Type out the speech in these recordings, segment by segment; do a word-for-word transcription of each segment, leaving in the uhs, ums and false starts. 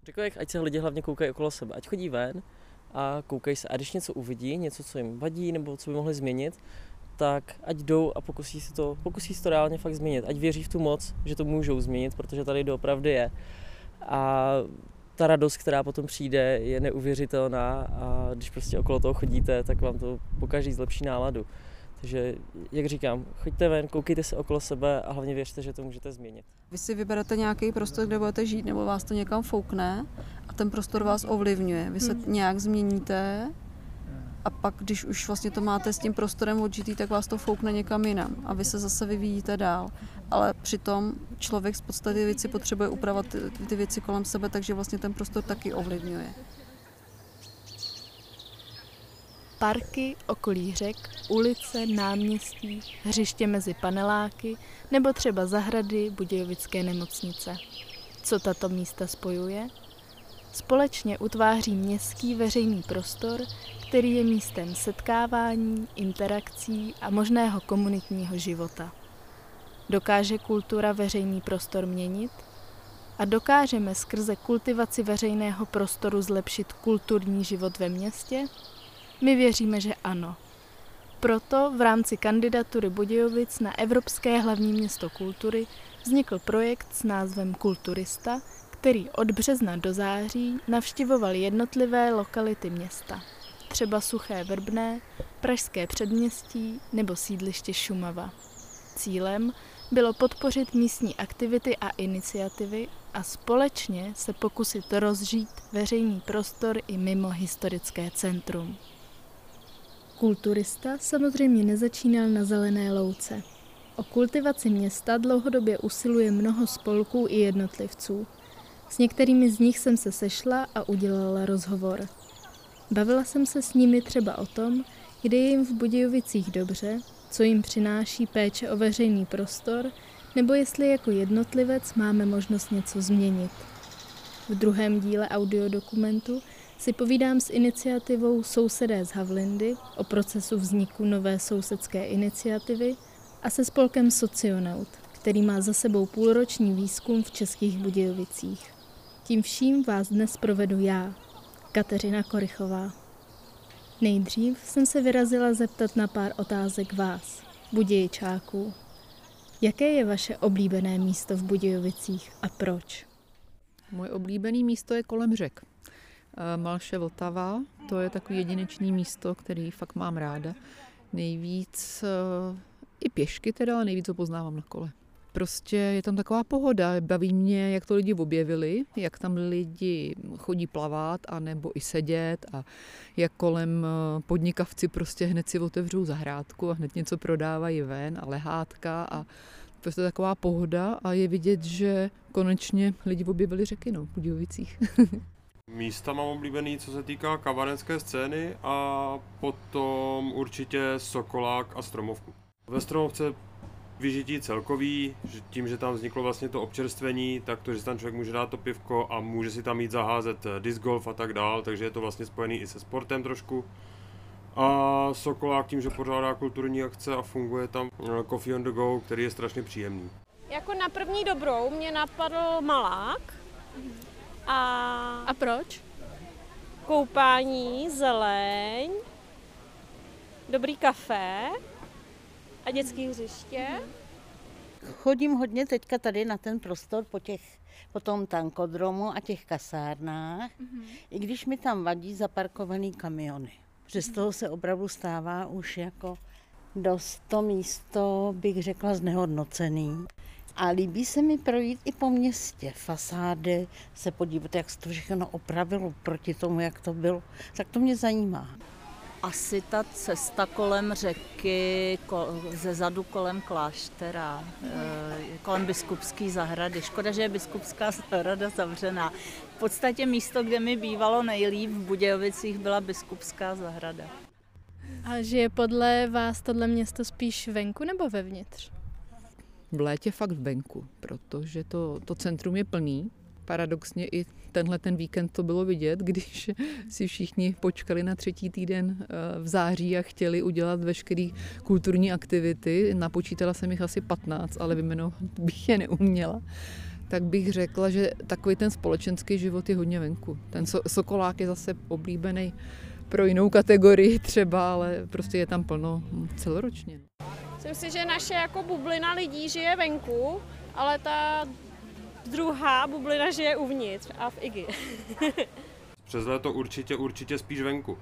Řekl jak, ať se lidi hlavně koukají okolo sebe, ať chodí ven a koukají se. A když něco uvidí, něco, co jim vadí nebo co by mohli změnit, tak ať jdou a pokusí se to, pokusí se to reálně fakt změnit. Ať věří v tu moc, že to můžou změnit, protože tady doopravdy je. A ta radost, která potom přijde, je neuvěřitelná a když prostě okolo toho chodíte, tak vám to pokaždý zlepší náladu. Takže, jak říkám, choďte ven, koukejte se okolo sebe a hlavně věřte, že to můžete změnit. Vy si vyberete nějaký prostor, kde budete žít, nebo vás to někam foukne a ten prostor vás ovlivňuje. Vy se hmm. nějak změníte a pak, když už vlastně to máte s tím prostorem odžitý, tak vás to foukne někam jinam a vy se zase vyvíjíte dál. Ale přitom člověk z podstaty věci potřebuje upravovat ty, ty věci kolem sebe, takže vlastně ten prostor taky ovlivňuje. Parky, okolí řek, ulice, náměstí, hřiště mezi paneláky nebo třeba zahrady Budějovické nemocnice. Co tato místa spojuje? Společně utváří městský veřejný prostor, který je místem setkávání, interakcí a možného komunitního života. Dokáže kultura veřejný prostor měnit? A dokážeme skrze kultivaci veřejného prostoru zlepšit kulturní život ve městě? My věříme, že ano. Proto v rámci kandidatury Budějovic na Evropské hlavní město kultury vznikl projekt s názvem Kulturista, který od března do září navštěvoval jednotlivé lokality města. Třeba Suché Vrbné, Pražské předměstí nebo sídliště Šumava. Cílem bylo podpořit místní aktivity a iniciativy a společně se pokusit rozžít veřejný prostor i mimo historické centrum. Kulturista samozřejmě nezačínal na zelené louce. O kultivaci města dlouhodobě usiluje mnoho spolků i jednotlivců. S některými z nich jsem se sešla a udělala rozhovor. Bavila jsem se s nimi třeba o tom, kde je jim v Budějovicích dobře, co jim přináší péče o veřejný prostor, nebo jestli jako jednotlivec máme možnost něco změnit. V druhém díle audiodokumentu si povídám s iniciativou Sousedé z Havlindy o procesu vzniku nové sousedské iniciativy a se spolkem Socionaut, který má za sebou půlroční výzkum v Českých Budějovicích. Tím vším vás dnes provedu já, Kateřina Korychová. Nejdřív jsem se vyrazila zeptat na pár otázek vás, Budějčáků. Jaké je vaše oblíbené místo v Budějovicích a proč? Moje oblíbené místo je kolem řek. Malše Vltava, to je takový jedinečný místo, který fakt mám ráda. Nejvíc i pěšky teda, ale nejvíc ho poznávám na kole. Prostě je tam taková pohoda, baví mě, jak to lidi objevili, jak tam lidi chodí plavat a nebo i sedět a jak kolem podnikavci prostě hned si otevřou zahrádku a hned něco prodávají ven a lehátka a prostě taková pohoda a je vidět, že konečně lidi objevili řeky, no, v Budějovicích. Místa mám oblíbený, co se týká kavarenské scény a potom určitě Sokolák a Stromovku. Ve Stromovce vyžití celkový, že tím, že tam vzniklo vlastně to občerstvení, tak to, že tam člověk může dát to pivko a může si tam jít zaházet disc golf a tak dál, takže je to vlastně spojený i se sportem trošku. A Sokolák tím, že pořádá kulturní akce a funguje tam Coffee on the go, který je strašně příjemný. Jako na první dobrou mě napadl Malák. A, a proč? Koupání, zeleň, dobrý kafe a dětský hřiště. Chodím hodně teďka tady na ten prostor po, těch, po tom tankodromu a těch kasárnách, mm-hmm. i když mi tam vadí zaparkovaný kamiony. Že z toho se opravdu stává už jako dost to místo, bych řekla, znehodnocený. A líbí se mi projít i po městě, fasády, se podívat, jak se to všechno opravilo proti tomu, jak to bylo. Tak to mě zajímá. Asi ta cesta kolem řeky, ze zadu kolem kláštera, kolem Biskupské zahrady. Škoda, že je Biskupská zahrada zavřená. V podstatě místo, kde mi bývalo nejlíp v Budějovicích, byla Biskupská zahrada. A že je podle vás tohle město spíš venku nebo vevnitř? V létě fakt venku, protože to, to centrum je plný. Paradoxně i tenhle ten víkend to bylo vidět, když si všichni počkali na třetí týden v září a chtěli udělat veškeré kulturní aktivity. Napočítala jsem jich asi patnáct, ale vyjmenovat bych je neuměla. tak bych řekla, že takový ten společenský život je hodně venku. Ten so- Sokolák je zase oblíbený pro jinou kategorii třeba, ale prostě je tam plno celoročně. Myslím si, že naše jako bublina lidí žije venku, ale ta druhá bublina žije uvnitř a v Igi. Přes léto určitě, určitě spíš venku.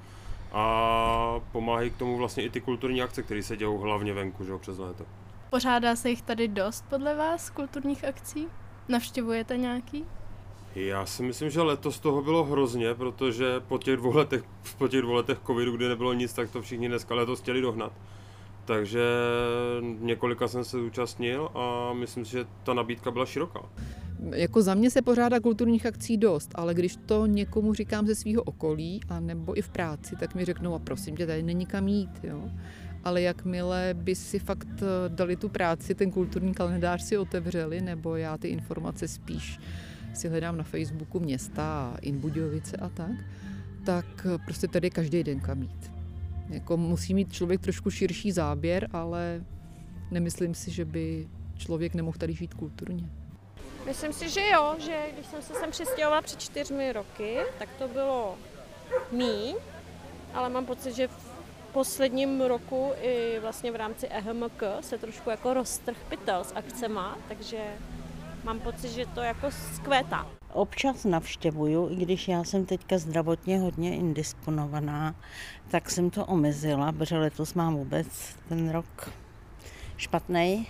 A pomáhají k tomu vlastně i ty kulturní akce, které se dějou hlavně venku, že jo, přes léto. Pořádá se jich tady dost podle vás, kulturních akcí? Navštěvujete nějaký? Já si myslím, že letos toho bylo hrozně, protože po těch dvou letech, po těch dvou letech covidu, kdy nebylo nic, tak to všichni dneska letos chtěli dohnat. Takže několika jsem se zúčastnil a myslím si, že ta nabídka byla široká. Jako za mě se pořádá kulturních akcí dost, ale když to někomu říkám ze svého okolí a nebo i v práci, tak mi řeknou, a prosím tě, tady není kam jít. Jo? Ale jakmile by si fakt dali tu práci, ten kulturní kalendář si otevřeli, nebo já ty informace spíš si hledám na Facebooku města a In Budějovice a tak, tak prostě tady každý den kam jít. Jako musí mít člověk trošku širší záběr, ale nemyslím si, že by člověk nemohl tady žít kulturně. Myslím si, že jo, že když jsem se sem přistěhovala před čtyřmi roky, tak to bylo míň, ale mám pocit, že v posledním roku i vlastně v rámci E H M K se trošku jako roztrh pytel s akcema, takže mám pocit, že to jako zkvétá. Občas navštěvuju, i když já jsem teďka zdravotně hodně indisponovaná, tak jsem to omezila, protože letos mám vůbec ten rok špatnej,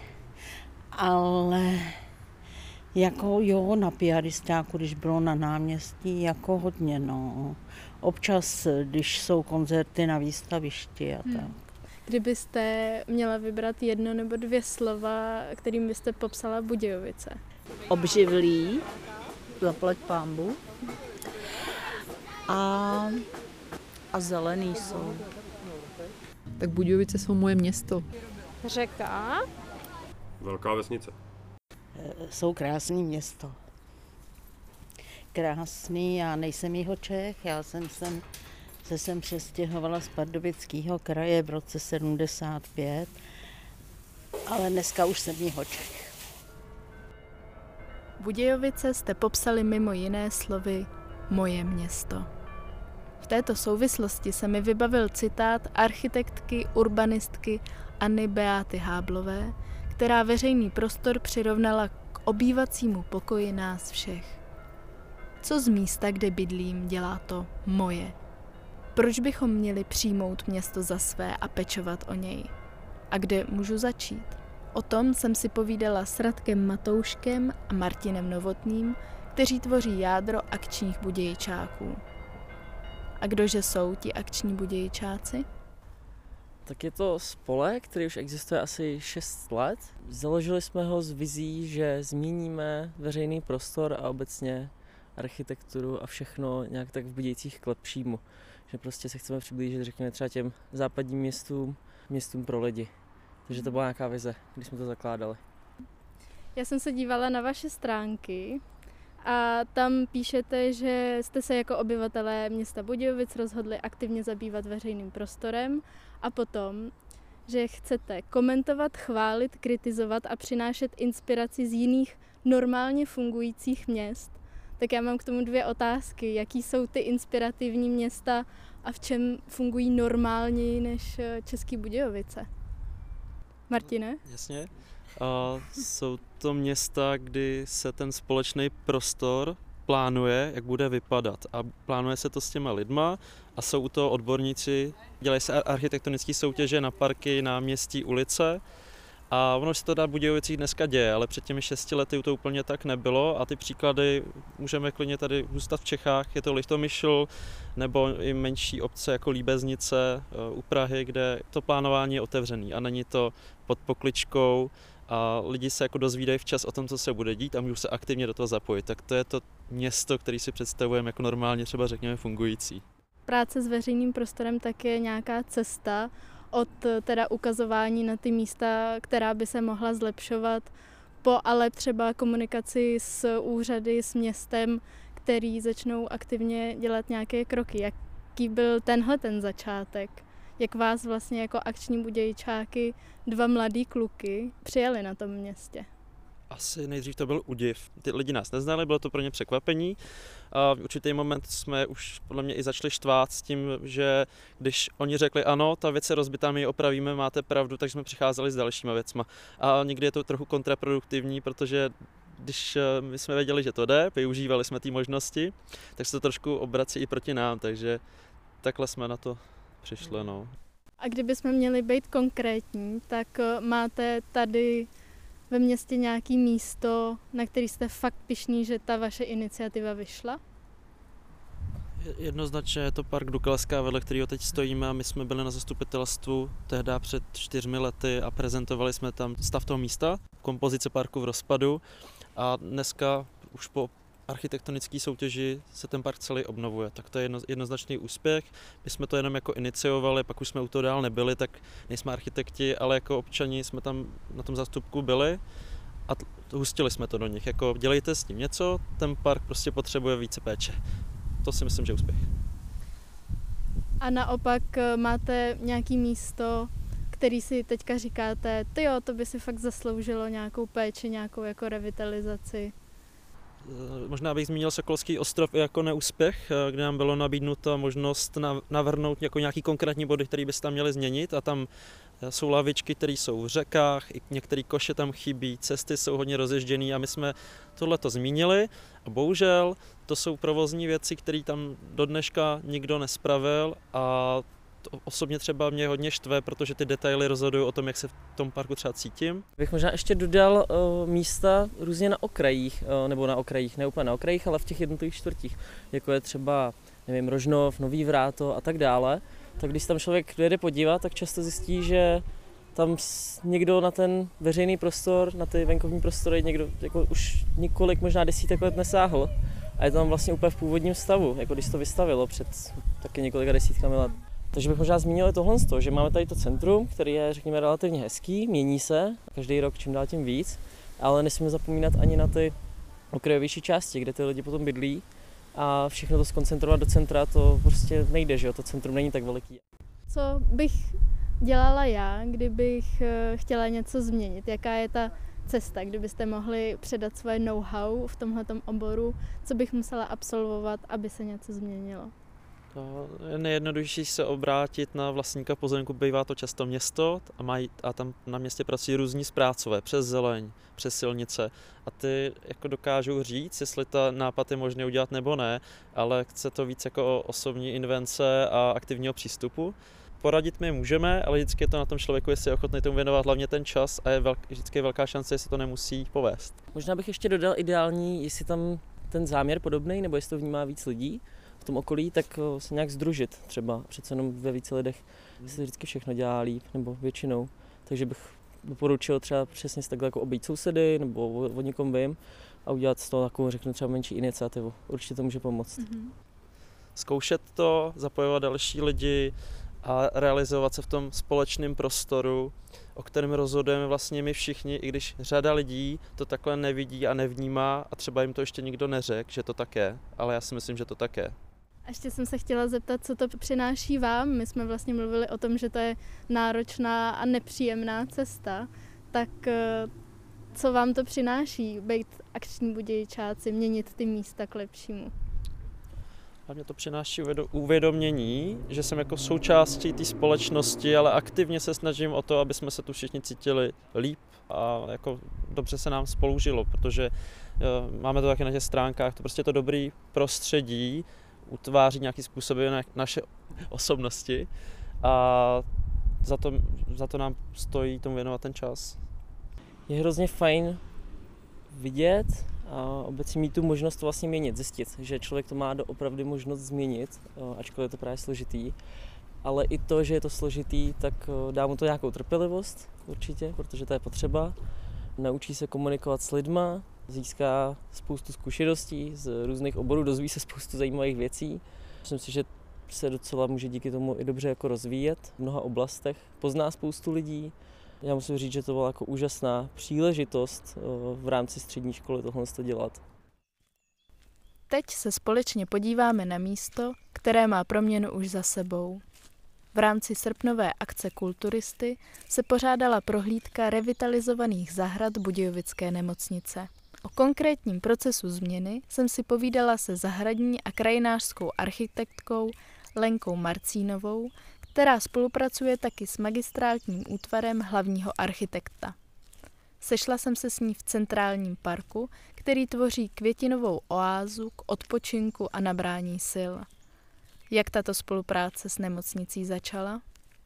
ale jako jo, na piaristáku, když bylo na náměstí, jako hodně, no. Občas, když jsou koncerty na výstavišti a tak. Hmm. Kdybyste měla vybrat jedno nebo dvě slova, kterým byste popsala Budějovice? Obživlý, zaplať pánbu. A, a zelený jsou. Tak Budějovice jsou moje město. Řeka. Velká vesnice. Jsou krásný město. Krásný, já nejsem Jihočech, já jsem sem, se sem přestěhovala z Pardubického kraje v roce sedmdesát pět, ale dneska už jsem Jihočech. Budějovice jste popsali mimo jiné slovy moje město. V této souvislosti se mi vybavil citát architektky, urbanistky Anny Beáty Háblové, která veřejný prostor přirovnala k obývacímu pokoji nás všech. Co z místa, kde bydlím, dělá to moje? Proč bychom měli přijmout město za své a pečovat o něj? A kde můžu začít? O tom jsem si povídala s Radkem Matouškem a Martinem Novotným, kteří tvoří jádro akčních Budějčáků. A kdože jsou ti akční Budějčáci? Tak je to spolek, který už existuje asi šest let. Založili jsme ho s vizí, že změníme veřejný prostor a obecně architekturu a všechno nějak tak v Budějcích k lepšímu. Že prostě se chceme přiblížit, řekněme, třeba těm západním městům, městům pro lidi. Takže to byla nějaká vize, když jsme to zakládali. Já jsem se dívala na vaše stránky a tam píšete, že jste se jako obyvatelé města Budějovic rozhodli aktivně zabývat veřejným prostorem a potom, že chcete komentovat, chválit, kritizovat a přinášet inspiraci z jiných normálně fungujících měst. Tak já mám k tomu dvě otázky. Jaký jsou ty inspirativní města a v čem fungují normálněji než Český Budějovice? Martine? Jasně. A jsou to města, kdy se ten společný prostor plánuje, jak bude vypadat. A plánuje se to s těma lidma a jsou u toho odborníci, dělají se architektonické soutěže na parky, náměstí, ulice. A ono se to na Budějovicích dneska děje, ale před těmi šesti lety to úplně tak nebylo a ty příklady můžeme klidně tady zůstat v Čechách. Je to Lichtomyšl nebo i menší obce jako Líbeznice u Prahy, kde to plánování je otevřený a není to pod pokličkou a lidi se jako dozvídají včas o tom, co se bude dít a můžou se aktivně do toho zapojit. Tak to je to město, které si představujeme jako normálně třeba řekněme fungující. Práce s veřejným prostorem tak je nějaká cesta od teda ukazování na ty místa, která by se mohla zlepšovat, po ale třeba komunikaci s úřady, s městem, který začnou aktivně dělat nějaké kroky. Jaký byl tenhle ten začátek? Jak vás vlastně jako akční Budějčáky, dva mladý kluky, přijali na tom městě? Asi nejdřív to byl údiv. Ty lidi nás neznali, bylo to pro ně překvapení. A v určitý moment jsme už podle mě i začali štvát s tím, že když oni řekli ano, ta věc je rozbitá, my ji opravíme, máte pravdu, takže jsme přicházeli s dalšíma věcma. A někdy je to trochu kontraproduktivní, protože když my jsme věděli, že to jde, využívali jsme ty možnosti, tak se to trošku obrací i proti nám, takže takhle jsme na to přišli. No. A kdybychom měli být konkrétní, tak máte tady ve městě nějaké místo, na který jste fakt pyšní, že ta vaše iniciativa vyšla? Jednoznačně je to park Dukalská, vedle kterého teď stojíme, a my jsme byli na zastupitelstvu tehdy před čtyřmi lety a prezentovali jsme tam stav toho místa, kompozice parku v rozpadu, a dneska už po architektonické soutěži se ten park celý obnovuje, tak to je jedno, jednoznačný úspěch. My jsme to jenom jako iniciovali, pak už jsme u toho dál nebyli, tak nejsme architekti, ale jako občani jsme tam na tom zástupku byli a hustili jsme to do nich, jako dělejte s tím něco, ten park prostě potřebuje více péče. To si myslím, že je úspěch. A naopak máte nějaké místo, který si teďka říkáte, ty jo, to by si fakt zasloužilo nějakou péči, nějakou jako revitalizaci? Možná bych zmínil Sokolský ostrov jako neúspěch, kde nám bylo nabídnuta možnost navrhnout jako nějaký konkrétní body, které by se tam měly změnit, a tam jsou lavičky, které jsou v řekách, i některé koše tam chybí, cesty jsou hodně rozježděné a my jsme tohleto zmínili a bohužel to jsou provozní věci, které tam do dneška nikdo nespravil, a to osobně třeba mě hodně štve, protože ty detaily rozhodují o tom, jak se v tom parku třeba cítím. Bych možná ještě dodal uh, místa různě na okrajích, uh, nebo na okrajích, ne úplně na okrajích, ale v těch jednotlivých čtvrtích, jako je třeba, nevím, Rožnov, Nový Vráto a tak dále. Tak když tam člověk dojede podívat, tak často zjistí, že tam někdo na ten veřejný prostor, na ty venkovní prostory, někdo jako už několik, možná desítek let nesáhl. A je to tam vlastně úplně v původním stavu, jako když to vystavilo před taky několika desítkami let. Takže bych možná zmínil tohle, že máme tady to centrum, který je, řekněme, relativně hezký, mění se každý rok čím dál tím víc, ale nesmíme zapomínat ani na ty okrajovější části, kde ty lidi potom bydlí, a všechno to zkoncentrovat do centra, to prostě nejde, že jo, to centrum není tak veliký. Co bych dělala já, kdybych chtěla něco změnit? Jaká je ta cesta, kdybyste mohli předat svoje know-how v tomhletom oboru, co bych musela absolvovat, aby se něco změnilo? To je nejjednodušší se obrátit na vlastníka pozemku, bývá to často město, a, mají, a tam na městě pracují různí správcové, přes zeleň, přes silnice, a ty jako dokážou říct, jestli ta nápad je možné udělat nebo ne, ale chce to víc jako osobní invence a aktivního přístupu. Poradit my můžeme, ale vždycky je to na tom člověku, jestli je ochotný tomu věnovat hlavně ten čas, a je velk, vždycky je velká šance, jestli to nemusí povést. Možná bych ještě dodal ideální, jestli tam ten záměr podobný, nebo jestli to vnímá víc lidí v tom okolí, tak se nějak sdružit třeba. Přece jenom ve více lidech se vždycky všechno dělá líp, nebo většinou. Takže bych doporučil třeba přesně takhle jako obejít sousedy, nebo o někom vím, a udělat z toho takovou, řeknu, třeba menší iniciativu. Určitě to může pomoct. Mm-hmm. Zkoušet to, zapojovat další lidi a realizovat se v tom společném prostoru, o kterém rozhodujeme vlastně my všichni, i když řada lidí to takhle nevidí a nevnímá a třeba jim to ještě nikdo neřekl, že to tak je, ale já si myslím, že to tak je. A ještě jsem se chtěla zeptat, co to přináší vám. My jsme vlastně mluvili o tom, že to je náročná a nepříjemná cesta. Tak co vám to přináší, být akční budějčáci, měnit ty místa k lepšímu? A mě to přináší uvědomění, že jsem jako součástí té společnosti, ale aktivně se snažím o to, aby jsme se tu všichni cítili líp a jako dobře se nám spolu žilo, protože máme to taky na těch stránkách, to prostě to dobrý prostředí utváří nějaký způsoby na naše osobnosti, a za to, za to nám stojí tomu věnovat ten čas. Je hrozně fajn vidět a obecně mít tu možnost to vlastně měnit, zjistit, že člověk to má doopravdy možnost změnit, ačkoliv je to právě složitý, ale i to, že je to složitý, tak dá mu to nějakou trpělivost určitě, protože to je potřeba. Naučí se komunikovat s lidma, získá spoustu zkušeností z různých oborů, dozví se spoustu zajímavých věcí. Myslím si, že se docela může díky tomu i dobře jako rozvíjet v mnoha oblastech, pozná spoustu lidí. Já musím říct, že to byla jako úžasná příležitost v rámci střední školy tohle dělat. Teď se společně podíváme na místo, které má proměnu už za sebou. V rámci srpnové akce Kulturisty se pořádala prohlídka revitalizovaných zahrad Budějovické nemocnice. O konkrétním procesu změny jsem si povídala se zahradní a krajinářskou architektkou Lenkou Marcínovou, která spolupracuje taky s magistrátním útvarem hlavního architekta. Sešla jsem se s ní v centrálním parku, který tvoří květinovou oázu k odpočinku a nabrání sil. Jak tato spolupráce s nemocnicí začala?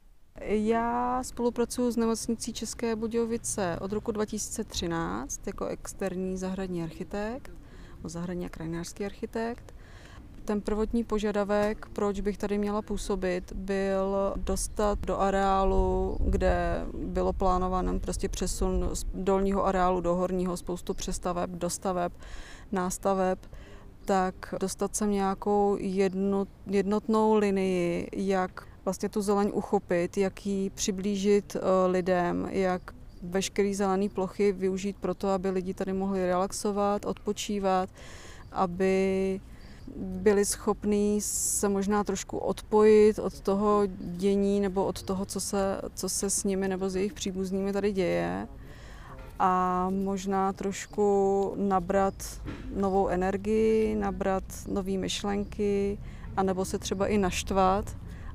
Já spolupracuji s nemocnicí České Budějovice od roku dva tisíce třináct jako externí zahradní architekt, zahradní a krajinářský architekt. Ten prvotní požadavek, proč bych tady měla působit, byl dostat do areálu, kde bylo plánovaný prostě přesun z dolního areálu do horního, spoustu přestaveb, dostaveb, nástaveb, tak dostat sem nějakou jednot, jednotnou linii, jak vlastně tu zeleň uchopit, jak ji přiblížit lidem, jak veškeré zelené plochy využít pro to, aby lidi tady mohli relaxovat, odpočívat, aby byli schopní se možná trošku odpojit od toho dění nebo od toho, co se, co se s nimi nebo s jejich příbuznými tady děje a možná trošku nabrat novou energii, nabrat nové myšlenky a nebo se třeba i naštvat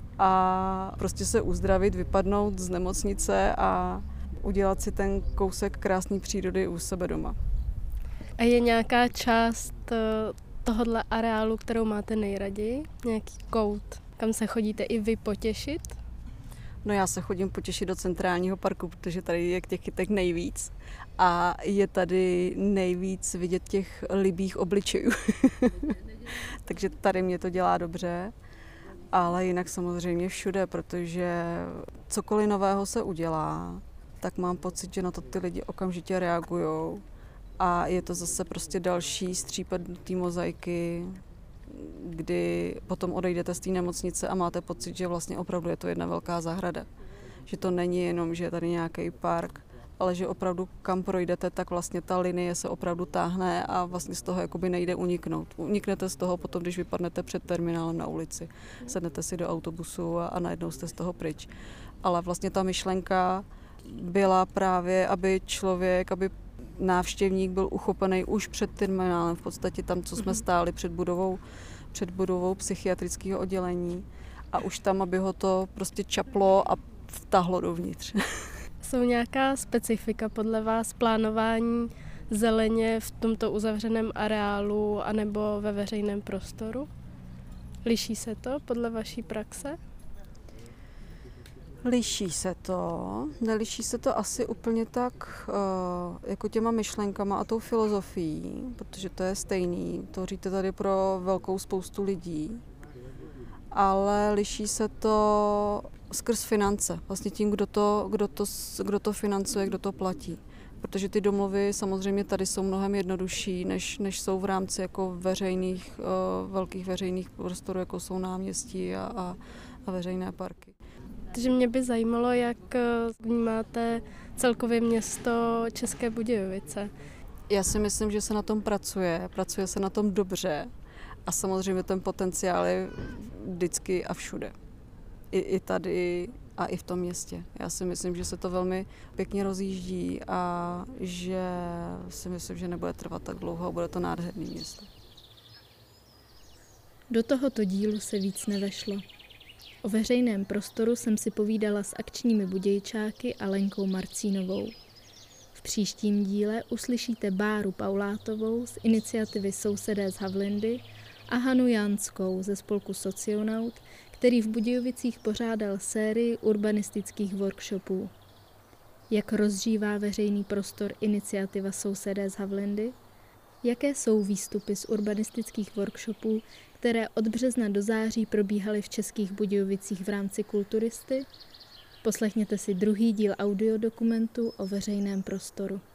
a prostě se uzdravit, vypadnout z nemocnice a udělat si ten kousek krásné přírody u sebe doma. A je nějaká část tohohle areálu, kterou máte nejraději? Nějaký kout, kam se chodíte i vy potěšit? No já se chodím potěšit do centrálního parku, protože tady je těch kytek nejvíc a je tady nejvíc vidět těch libých obličejů. Takže tady mě to dělá dobře, ale jinak samozřejmě všude, protože cokoliv nového se udělá, tak mám pocit, že na to ty lidi okamžitě reagujou. A je to zase prostě další střípet té mozaiky, kdy potom odejdete z té nemocnice a máte pocit, že vlastně opravdu je to jedna velká zahrada. Že to není jenom, že je tady nějaký park, ale že opravdu kam projdete, tak vlastně ta linie se opravdu táhne a vlastně z toho jakoby nejde uniknout. Uniknete z toho potom, když vypadnete před terminálem na ulici. Sednete si do autobusu a, a najednou jste z toho pryč. Ale vlastně ta myšlenka byla právě, aby člověk, aby návštěvník byl uchopený už před terminálem, v podstatě tam, co jsme stáli před budovou, před budovou psychiatrického oddělení a už tam, aby ho to prostě čaplo a vtahlo dovnitř. Jsou nějaká specifika podle vás plánování zeleně v tomto uzavřeném areálu anebo ve veřejném prostoru? Liší se to podle vaší praxe? Liší se to, neliší se to asi úplně tak jako těma myšlenkama a tou filozofií, protože to je stejný, tvoříte tady pro velkou spoustu lidí, ale liší se to skrz finance, vlastně tím, kdo to, kdo to, kdo to financuje, kdo to platí. Protože ty domluvy samozřejmě tady jsou mnohem jednodušší, než, než jsou v rámci jako veřejných, velkých veřejných prostorů, jako jsou náměstí a, a, a veřejné parky. Takže mě by zajímalo, jak vnímáte celkově město České Budějovice. Já si myslím, že se na tom pracuje, pracuje se na tom dobře a samozřejmě ten potenciál je vždycky a všude. I, i tady a i v tom městě. Já si myslím, že se to velmi pěkně rozjíždí a že si myslím, že nebude trvat tak dlouho a bude to nádherný město. Do tohoto dílu se víc nevešlo. O veřejném prostoru jsem si povídala s akčními budějčáky a Lenkou Marcínovou. V příštím díle uslyšíte Báru Paulátovou z iniciativy Sousedé z Havlindy a Hanu Jánskou ze spolku Socionaut, který v Budějovicích pořádal sérii urbanistických workshopů. Jak rozžívá veřejný prostor iniciativa Sousedé z Havlindy? Jaké jsou výstupy z urbanistických workshopů, které od března do září probíhaly v Českých Budějovicích v rámci Kulturisty? Poslechněte si druhý díl audiodokumentu o veřejném prostoru.